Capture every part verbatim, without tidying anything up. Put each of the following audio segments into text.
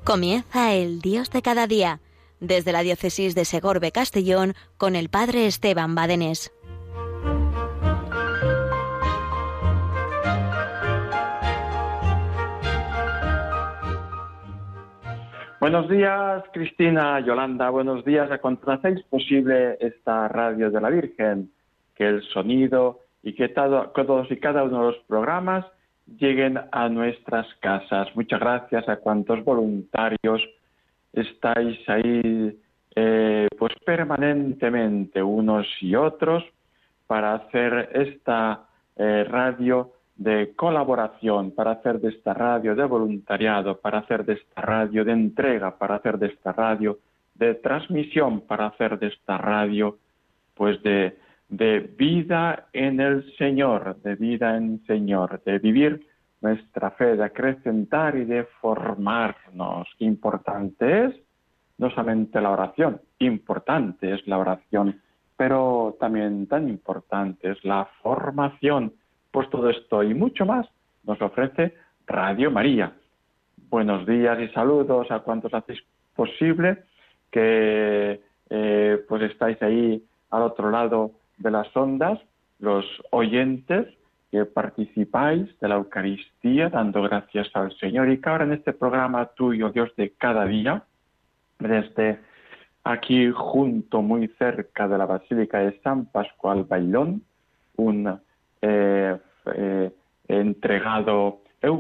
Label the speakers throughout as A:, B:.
A: Comienza el Dios de cada día, desde la diócesis de Segorbe Castellón, con el padre Esteban Badenés.
B: Buenos días, Cristina, Yolanda, buenos días. A cuanto hacéis posible esta radio de la Virgen, que el sonido y que todo, todos y cada uno de los programas lleguen a nuestras casas. Muchas gracias a cuantos voluntarios estáis ahí eh, pues permanentemente unos y otros para hacer esta eh, radio de colaboración, para hacer de esta radio de voluntariado, para hacer de esta radio de entrega, para hacer de esta radio de transmisión, para hacer de esta radio pues de, de vida en el Señor, de vida en el Señor, de vivir nuestra fe, de acrecentar y de formarnos. Qué importante es no solamente la oración, importante es la oración, pero también tan importante es la formación. Pues todo esto y mucho más nos ofrece Radio María. Buenos días y saludos a cuantos hacéis posible que eh, pues estáis ahí al otro lado de las ondas, los oyentes que participáis de la Eucaristía, dando gracias al Señor, y que ahora en este programa tuyo, Dios de cada día, desde aquí junto, muy cerca de la Basílica de San Pascual Bailón, un Eh, eh, entregado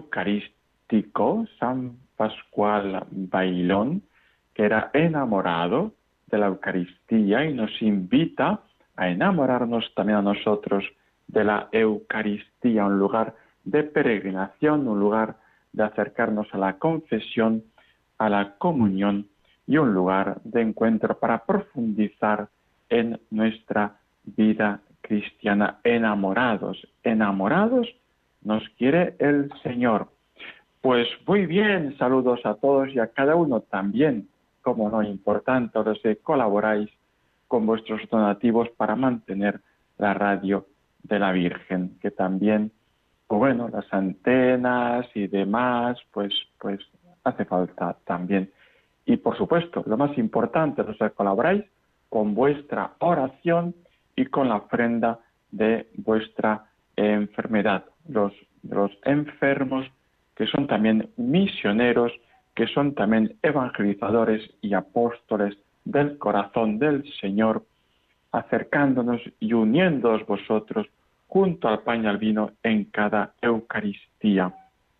B: eucarístico, San Pascual Bailón, que era enamorado de la Eucaristía y nos invita a enamorarnos también a nosotros de la Eucaristía, un lugar de peregrinación, un lugar de acercarnos a la confesión, a la comunión y un lugar de encuentro para profundizar en nuestra vida cristiana. Enamorados, enamorados nos quiere el Señor. Pues muy bien, saludos a todos y a cada uno también, como no, importante, ahora si colaboráis con vuestros donativos para mantener la radio de la Virgen, que también, pues bueno, las antenas y demás, pues, pues hace falta también. Y por supuesto, lo más importante, los que colaboráis con vuestra oración y con la ofrenda de vuestra enfermedad. Los, los enfermos que son también misioneros, que son también evangelizadores y apóstoles del corazón del Señor, acercándonos y uniéndoos vosotros junto al pan y al vino en cada Eucaristía.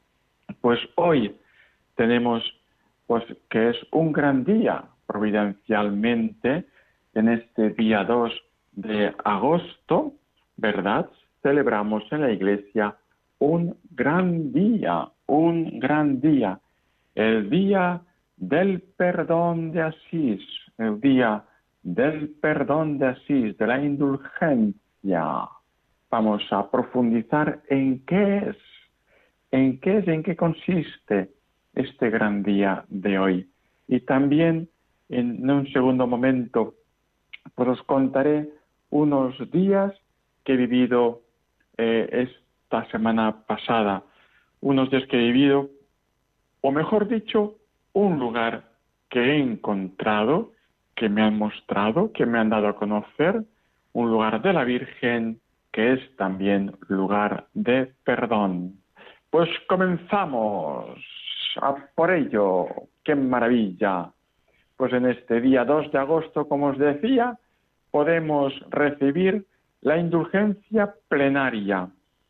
B: Pues hoy tenemos pues que es un gran día, providencialmente, en este día dos de agosto, ¿verdad? Celebramos en la Iglesia un gran día, un gran día, el día del perdón de Asís, el día del perdón de Asís, de la indulgencia. Vamos a profundizar en qué es, en qué es, en qué consiste este gran día de hoy. Y también, en un segundo momento, pues os contaré unos días que he vivido eh, esta semana pasada, unos días que he vivido, o mejor dicho, un lugar que he encontrado, que me han mostrado, que me han dado a conocer, un lugar de la Virgen que es también lugar de perdón. Pues comenzamos a por ello. ¡Qué maravilla! Pues en este día dos de agosto, como os decía, podemos recibir la indulgencia plenaria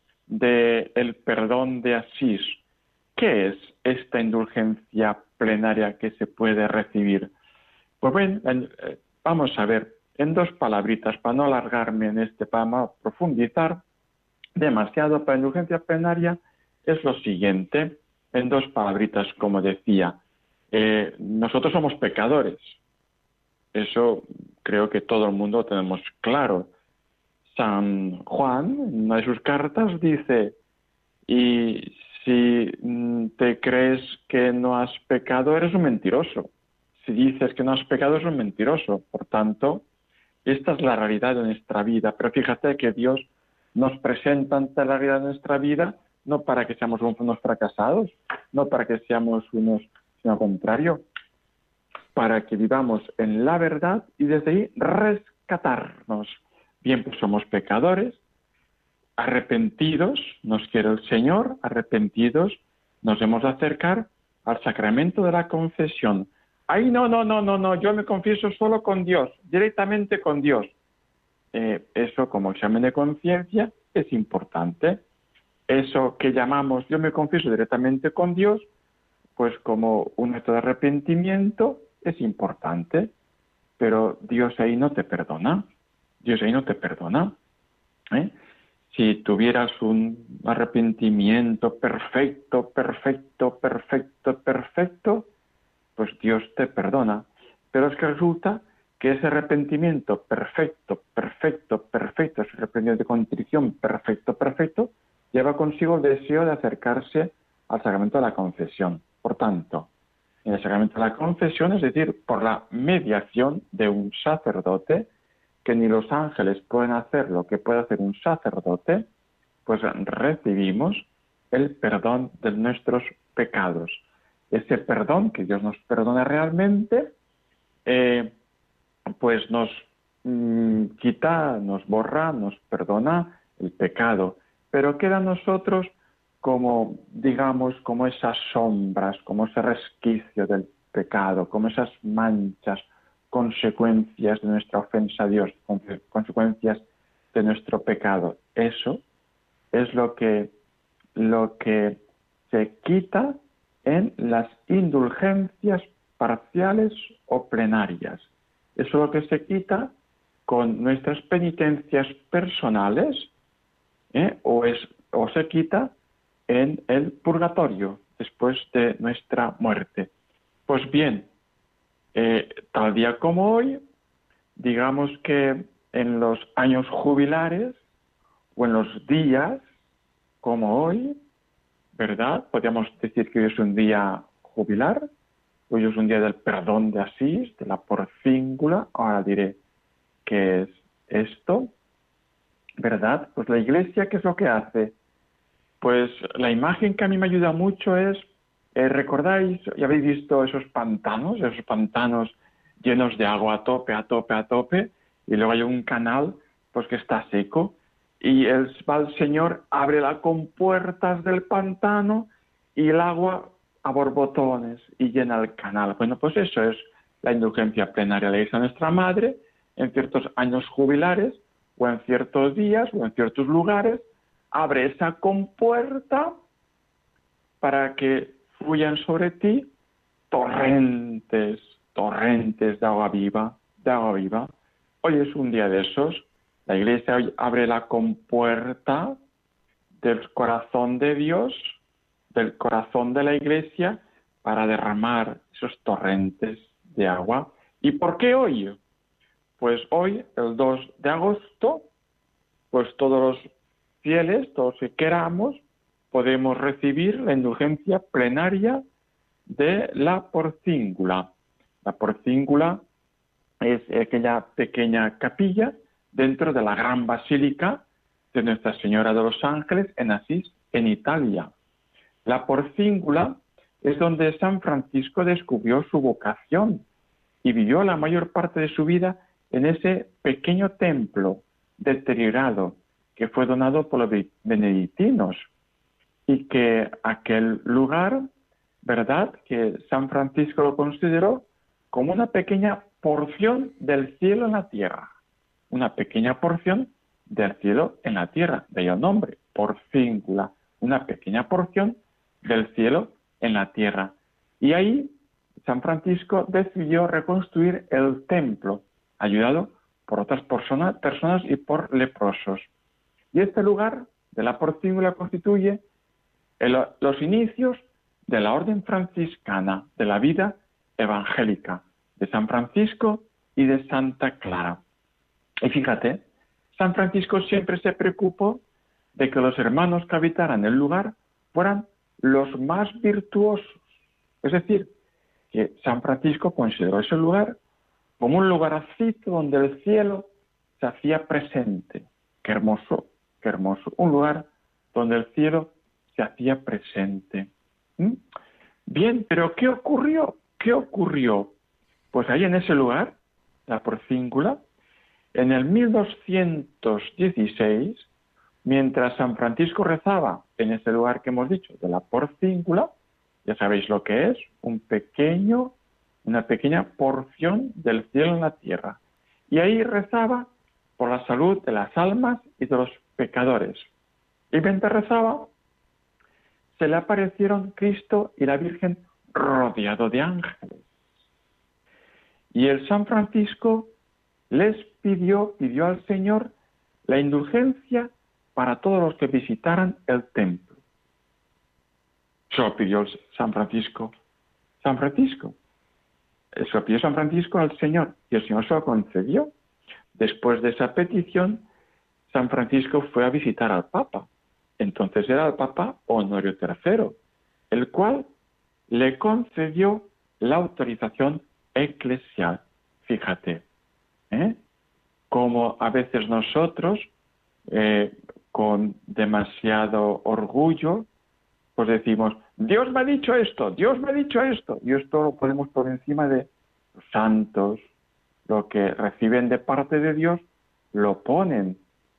B: del perdón de Asís. ¿Qué es esta indulgencia plenaria que se puede recibir? Pues bien, vamos a ver en dos palabritas, para no alargarme en este, para no profundizar demasiado. Para la indulgencia plenaria es lo siguiente, en dos palabritas, como decía. Eh, nosotros somos pecadores. Eso creo que todo el mundo lo tenemos claro. San Juan, en una de sus cartas, dice, y si te crees que no has pecado, eres un mentiroso. Si dices que no has pecado, eres un mentiroso. Por tanto, esta es la realidad de nuestra vida. Pero fíjate que Dios nos presenta ante la realidad de nuestra vida no para que seamos unos fracasados, no para que seamos unos sino al contrario, para que vivamos en la verdad y desde ahí rescatarnos. Bien, pues somos pecadores, arrepentidos, nos quiere el Señor, arrepentidos, nos hemos de acercar al sacramento de la confesión. Ay, no, no, no, no, no, yo me confieso solo con Dios, directamente con Dios. Eh, eso como examen de conciencia es importante. Eso que llamamos yo me confieso directamente con Dios, pues como un acto de arrepentimiento es importante, pero Dios ahí no te perdona. Dios ahí no te perdona. ¿eh? Si tuvieras un arrepentimiento perfecto, perfecto, perfecto, perfecto, pues Dios te perdona. Pero es que resulta que ese arrepentimiento perfecto, perfecto, perfecto, ese arrepentimiento de contrición perfecto, perfecto, lleva consigo el deseo de acercarse al sacramento de la confesión. Por tanto, en el sacramento de la confesión, es decir, por la mediación de un sacerdote, que ni los ángeles pueden hacer lo que puede hacer un sacerdote, pues recibimos el perdón de nuestros pecados. Ese perdón, que Dios nos perdona realmente, eh, pues nos mmm, quita, nos borra, nos perdona el pecado. Pero queda a nosotros como, digamos, como esas sombras, como ese resquicio del pecado, como esas manchas, consecuencias de nuestra ofensa a Dios, consecuencias de nuestro pecado. Eso es lo que, lo que se quita en las indulgencias parciales o plenarias. Eso es lo que se quita con nuestras penitencias personales, ¿eh? o, es, o se quita en el purgatorio después de nuestra muerte. Pues bien, eh, tal día como hoy, digamos que en los años jubilares o en los días como hoy, ¿verdad? Podríamos decir que hoy es un día jubilar, hoy es un día del perdón de Asís, de la porcíngula. Ahora diré qué es esto, ¿verdad? Pues la Iglesia, ¿qué es lo que hace? Pues la imagen que a mí me ayuda mucho es, eh, ¿recordáis? ¿Ya habéis visto esos pantanos? Esos pantanos llenos de agua a tope, a tope, a tope, y luego hay un canal pues que está seco, y el, va el Señor, abre las compuertas del pantano y el agua a borbotones y llena el canal. Bueno, pues eso es la indulgencia plenaria de la Iglesia Nuestra Madre en ciertos años jubilares o en ciertos días o en ciertos lugares. Abre esa compuerta para que fluyan sobre ti torrentes, torrentes de agua viva, de agua viva. Hoy es un día de esos. La Iglesia hoy abre la compuerta del corazón de Dios, del corazón de la Iglesia, para derramar esos torrentes de agua. ¿Y por qué hoy? Pues hoy, el dos de agosto, pues todos los fieles, todos los que queramos, podemos recibir la indulgencia plenaria de la porcíngula. La porcíngula es aquella pequeña capilla dentro de la gran basílica de Nuestra Señora de los Ángeles en Asís, en Italia. La porcíngula es donde San Francisco descubrió su vocación y vivió la mayor parte de su vida en ese pequeño templo deteriorado que fue donado por los benedictinos, y que aquel lugar, ¿verdad?, que San Francisco lo consideró como una pequeña porción del cielo en la tierra, una pequeña porción del cielo en la tierra, de ahí el nombre, porcíngula, una pequeña porción del cielo en la tierra. Y ahí San Francisco decidió reconstruir el templo, ayudado por otras personas, personas y por leprosos. Y este lugar de la porcíngula constituye el, los inicios de la orden franciscana, de la vida evangélica, de San Francisco y de Santa Clara. Y fíjate, San Francisco siempre se preocupó de que los hermanos que habitaran el lugar fueran los más virtuosos. Es decir, que San Francisco consideró ese lugar como un lugarcito donde el cielo se hacía presente. Qué hermoso, qué hermoso. Un lugar donde el cielo se hacía presente. ¿Mm? Bien, pero ¿qué ocurrió? ¿Qué ocurrió? Pues ahí en ese lugar, la Porcíncula, en el mil doscientos dieciséis, mientras San Francisco rezaba en ese lugar que hemos dicho, de la Porcíncula, ya sabéis lo que es, un pequeño, una pequeña porción del cielo en la tierra. Y ahí rezaba por la salud de las almas y de los pecadores. Y mientras rezaba, se le aparecieron Cristo y la Virgen rodeado de ángeles. Y el San Francisco les pidió, pidió al Señor la indulgencia para todos los que visitaran el templo. Se lo pidió el San Francisco. San Francisco. Se lo pidió San Francisco al Señor y el Señor se lo concedió. Después de esa petición, San Francisco fue a visitar al Papa. Entonces era el Papa Honorio tercero, el cual le concedió la autorización eclesial. Fíjate, ¿eh? Como a veces nosotros, eh, con demasiado orgullo, pues decimos, Dios me ha dicho esto, Dios me ha dicho esto, y esto lo ponemos por encima de los santos, lo que reciben de parte de Dios, lo ponen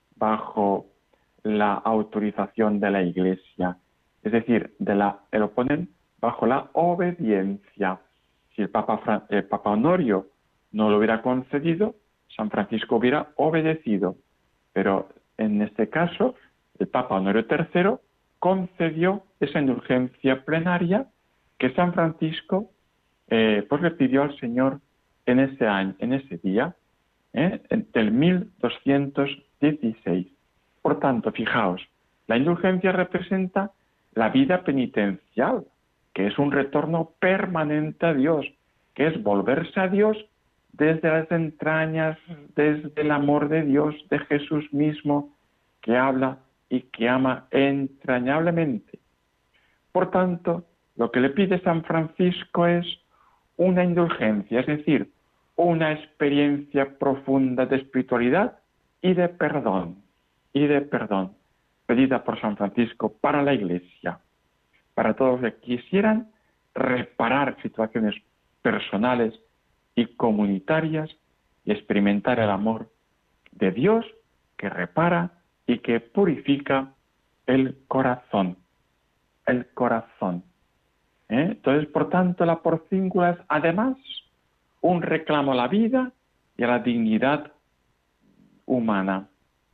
B: bajo la autorización de la Iglesia, es decir, de la, lo ponen bajo la obediencia. Si el Papa, Fran, el Papa Honorio no lo hubiera concedido, San Francisco hubiera obedecido. Pero en este caso, el Papa Honorio tercero concedió esa indulgencia plenaria que San Francisco eh, pues le pidió al Señor en ese año, en ese día, ¿eh? del mil doscientos dieciséis. Por tanto, fijaos, la indulgencia representa la vida penitencial, que es un retorno permanente a Dios, que es volverse a Dios desde las entrañas, desde el amor de Dios, de Jesús mismo, que habla y que ama entrañablemente. Por tanto, lo que le pide San Francisco es una indulgencia, es decir, una experiencia profunda de espiritualidad y de perdón, y de perdón, pedida por San Francisco para la Iglesia, para todos los que quisieran reparar situaciones personales y comunitarias y experimentar el amor de Dios que repara y que purifica el corazón, el corazón. ¿Eh? Entonces, por tanto, la Porcíncula es además un reclamo a la vida y a la dignidad humana.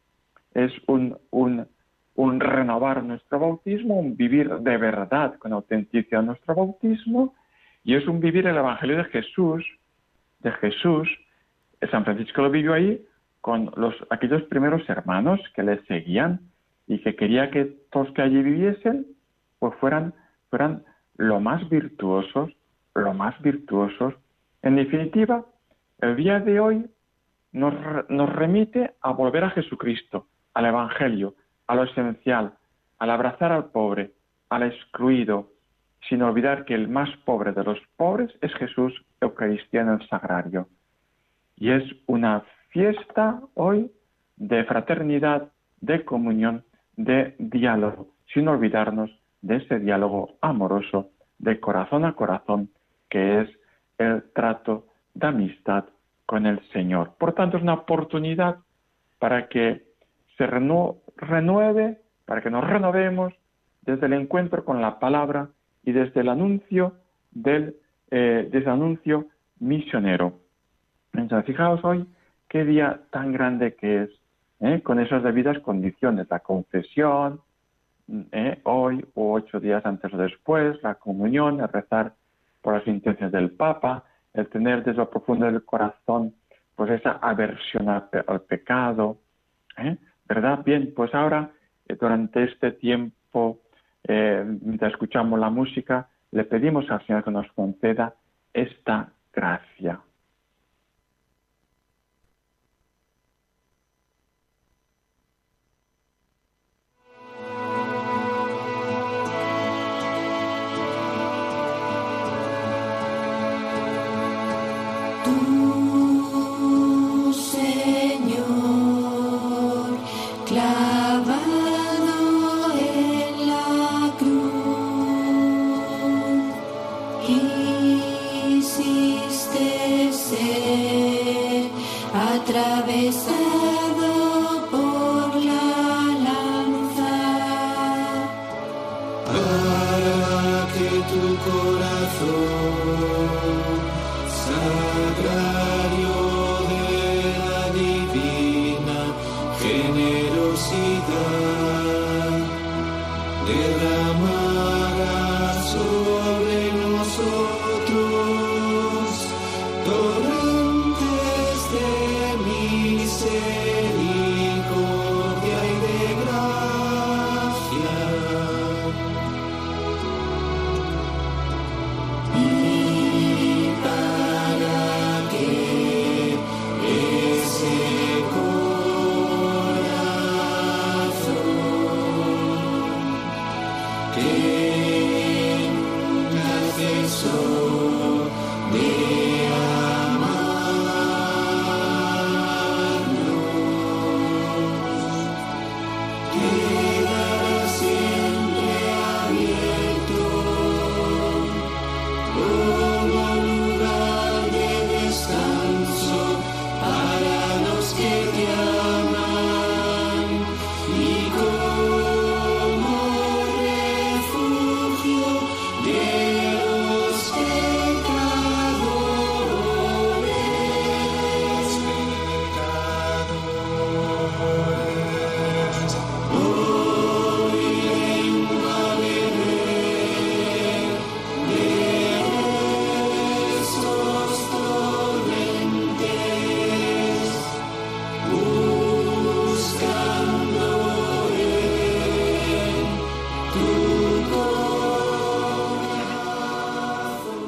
B: Es un, un, un renovar nuestro bautismo, un vivir de verdad con autenticidad nuestro bautismo, y es un vivir el Evangelio de Jesús, de Jesús. San Francisco lo vivió ahí con los, aquellos primeros hermanos que le seguían y que quería que todos que allí viviesen pues fueran, fueran lo más virtuosos, lo más virtuosos. En definitiva, el día de hoy nos, nos remite a volver a Jesucristo, al Evangelio, a lo esencial, al abrazar al pobre, al excluido, sin olvidar que el más pobre de los pobres es Jesús, Eucaristía en el Sagrario. Y es una fiesta hoy de fraternidad, de comunión, de diálogo, sin olvidarnos de ese diálogo amoroso, de corazón a corazón, que es el trato de amistad con el Señor. Por tanto, es una oportunidad para que se renu- renueve, para que nos renovemos desde el encuentro con la palabra y desde el anuncio del eh, desde el anuncio misionero. Entonces, fijaos hoy qué día tan grande que es, ¿eh? Con esas debidas condiciones, la confesión, ¿eh? hoy o ocho días antes o después, la comunión, el rezar por las intenciones del Papa, el tener desde lo profundo del corazón pues esa aversión al, pe- al pecado, ¿eh? ¿Verdad? Bien, pues ahora, eh, durante este tiempo, eh, mientras escuchamos la música, le pedimos al Señor que nos conceda esta gracia.
C: Tu Señor, clavado en la cruz, corazón, sagrario de la divina generosidad, derramará sobre nosotros torrentes de misericordia y de gracia. Y para que ese corazón tenga acceso de quedará siempre abierto como lugar de descanso para los que te aman y como refugio de los pecadores, pecadores. Hoy vengo a beber de esos torrentes, buscando en tu corazón.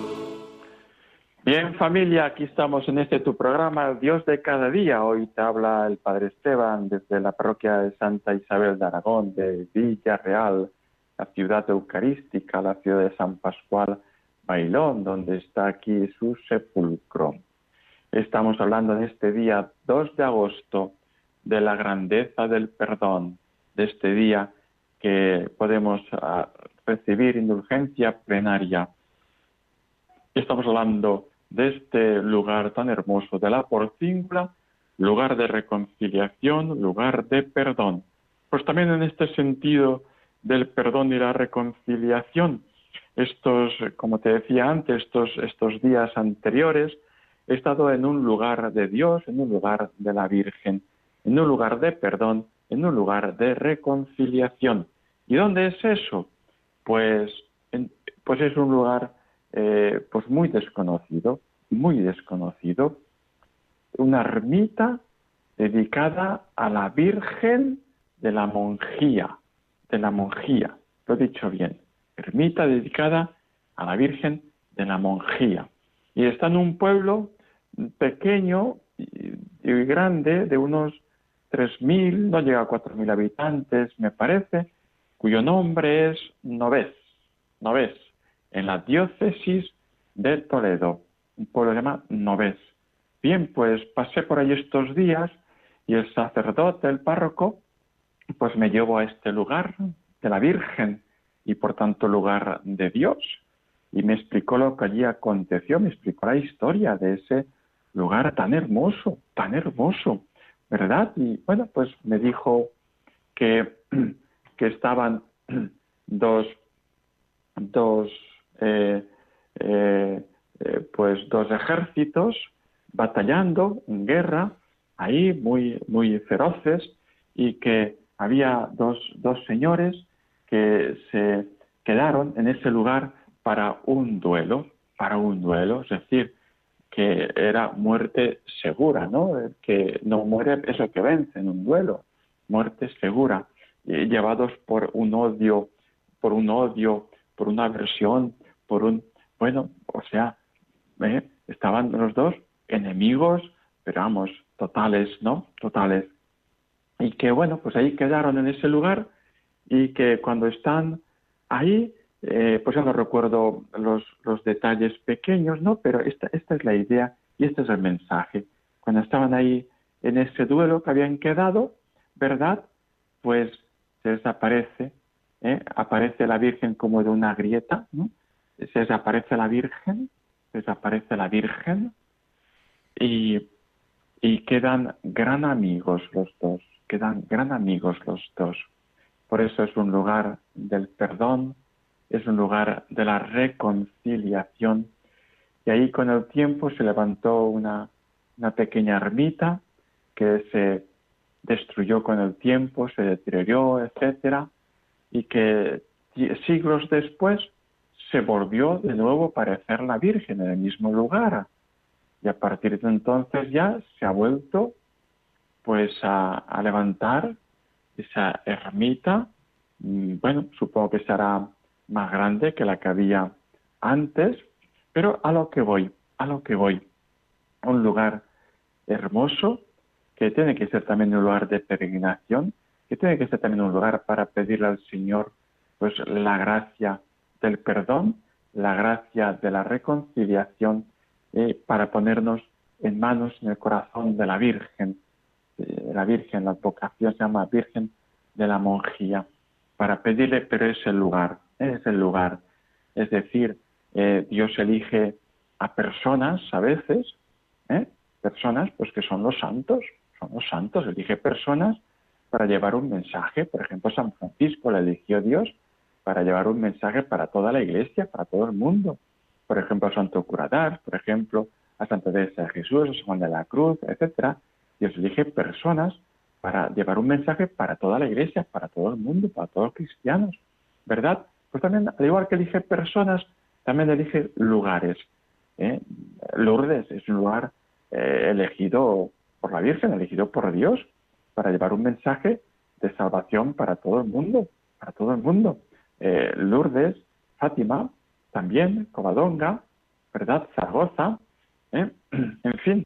B: Bien, familia, aquí estamos en este tu programa, Dios de cada día. Hoy te habla el Padre Esteban desde la parroquia de Santa Isabel de Aragón, de Villarreal, la ciudad eucarística, la ciudad de San Pascual Bailón, donde está aquí su sepulcro. Estamos hablando en este día dos de agosto de la grandeza del perdón, de este día que podemos ah, recibir indulgencia plenaria. Estamos hablando de este lugar tan hermoso de la Porcíncula, lugar de reconciliación, lugar de perdón. Pues también en este sentido del perdón y la reconciliación, estos, como te decía antes, estos, estos días anteriores, he estado en un lugar de Dios, en un lugar de la Virgen, en un lugar de perdón, en un lugar de reconciliación. ¿Y dónde es eso? Pues, en, pues es un lugar Eh, pues muy desconocido, muy desconocido, una ermita dedicada a la Virgen de la Monjía, de la Monjía, lo he dicho bien, ermita dedicada a la Virgen de la Monjía. Y está en un pueblo pequeño y, y grande, de unos tres mil, no llega a cuatro mil habitantes, me parece, cuyo nombre es Novés, Novés, en la diócesis de Toledo, un pueblo que se llama Novés. Bien, pues pasé por ahí estos días y el sacerdote, el párroco, pues me llevó a este lugar de la Virgen y por tanto lugar de Dios. Y me explicó lo que allí aconteció, me explicó la historia de ese lugar tan hermoso, tan hermoso, ¿verdad? Y bueno, pues me dijo que, que estaban dos, dos Eh, eh, eh, pues dos ejércitos batallando en guerra, ahí muy, muy feroces, y que había dos, dos señores que se quedaron en ese lugar para un duelo, para un duelo, es decir, que era muerte segura, ¿no? El que no muere es el que vence en un duelo, muerte segura, y llevados por un odio, por un odio, por una aversión, por un, bueno, o sea, ¿eh? Estaban los dos enemigos, pero vamos, totales, ¿no? Totales. Y que, bueno, pues ahí quedaron en ese lugar y que cuando están ahí, eh, pues ya no recuerdo los, los detalles pequeños, ¿no? Pero esta, esta es la idea y este es el mensaje. Cuando estaban ahí en ese duelo que habían quedado, ¿verdad? Pues se desaparece, ¿eh? Aparece la Virgen como de una grieta, ¿no? Se desaparece la Virgen, desaparece la Virgen y, y quedan gran amigos los dos, quedan gran amigos los dos. Por eso es un lugar del perdón, es un lugar de la reconciliación. Y ahí con el tiempo se levantó una, una pequeña ermita que se destruyó con el tiempo, se deterioró, etcétera, y que siglos después se volvió de nuevo a aparecer la Virgen en el mismo lugar. Y a partir de entonces ya se ha vuelto pues a, a levantar esa ermita. Bueno, supongo que será más grande que la que había antes, pero a lo que voy, a lo que voy. Un lugar hermoso, que tiene que ser también un lugar de peregrinación, que tiene que ser también un lugar para pedirle al Señor pues la gracia del perdón, la gracia de la reconciliación, eh, para ponernos en manos, en el corazón de la Virgen. Eh, la Virgen, la advocación se llama Virgen de la Monjía, para pedirle, pero es el lugar, es el lugar. Es decir, eh, Dios elige a personas a veces, ¿eh? personas pues que son los santos, son los santos, elige personas para llevar un mensaje. Por ejemplo, San Francisco le eligió Dios para llevar un mensaje para toda la Iglesia, para todo el mundo. Por ejemplo, a Santo Cura d'Ars, por ejemplo, a Santa Teresa de Jesús, a San Juan de la Cruz, etcétera. Dios elige personas para llevar un mensaje para toda la Iglesia, para todo el mundo, para todos los cristianos, ¿verdad? Pues también, al igual que elige personas, también elige lugares. ¿eh? Lourdes es un lugar eh, elegido por la Virgen, elegido por Dios, para llevar un mensaje de salvación para todo el mundo, para todo el mundo. Eh, Lourdes, Fátima, también, Covadonga, ¿verdad? Zaragoza, ¿eh? en fin,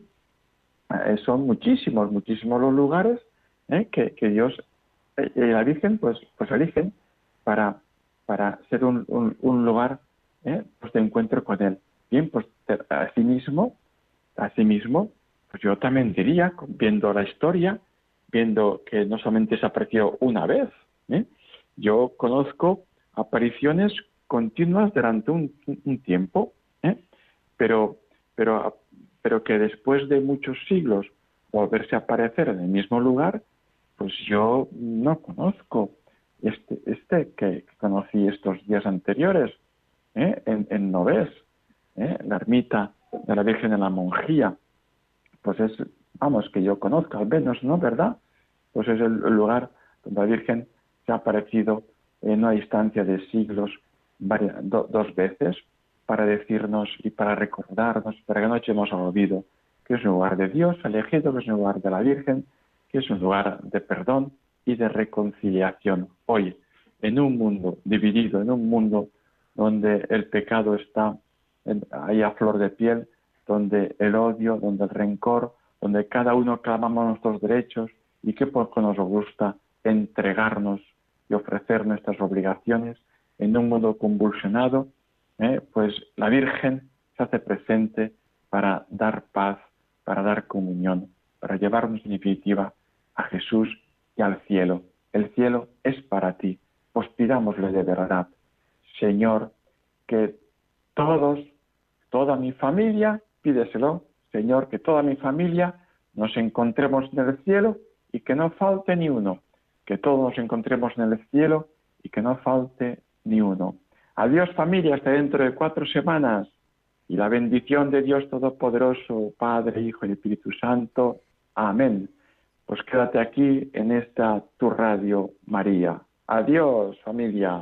B: eh, son muchísimos, muchísimos los lugares ¿eh? que, que Dios y eh, la Virgen pues, pues eligen para, para ser un, un, un lugar ¿eh? pues de encuentro con Él. Bien, pues asimismo, asimismo, pues yo también diría, viendo la historia, viendo que no solamente se apareció una vez, ¿eh? yo conozco apariciones continuas durante un, un tiempo, ¿eh? pero, pero, pero que después de muchos siglos volverse a aparecer en el mismo lugar, pues yo no conozco este, este que, que conocí estos días anteriores, ¿eh? en, en Novés, ¿eh? la ermita de la Virgen de la Monjía, pues es, vamos, que yo conozco al menos, ¿no? ¿Verdad? Pues es el lugar donde la Virgen se ha aparecido en una distancia de siglos varias, do, dos veces para decirnos y para recordarnos, para que no echemos al olvido que es un lugar de Dios elegido, que es un lugar de la Virgen, que es un lugar de perdón y de reconciliación. Hoy, en un mundo dividido, en un mundo donde el pecado está en, ahí a flor de piel, donde el odio, donde el rencor, donde cada uno clamamos nuestros derechos y que poco nos gusta entregarnos y ofrecer nuestras obligaciones, en un mundo convulsionado, eh, pues la Virgen se hace presente para dar paz, para dar comunión, para llevarnos en definitiva a Jesús y al cielo. El cielo es para ti, pues pidámosle de verdad, Señor, que todos, toda mi familia, pídeselo, Señor, que toda mi familia nos encontremos en el cielo y que no falte ni uno, que todos nos encontremos en el cielo y que no falte ni uno. Adiós familia, hasta dentro de cuatro semanas. Y la bendición de Dios Todopoderoso, Padre, Hijo y Espíritu Santo. Amén. Pues quédate aquí en esta tu radio María. Adiós familia.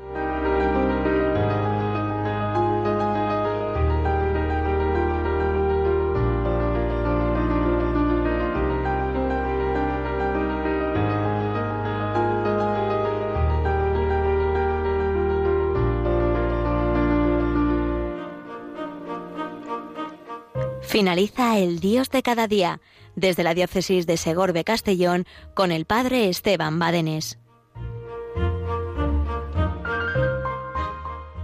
A: Finaliza el Dios de cada día, desde la diócesis de Segorbe Castellón, con el padre Esteban Badenés.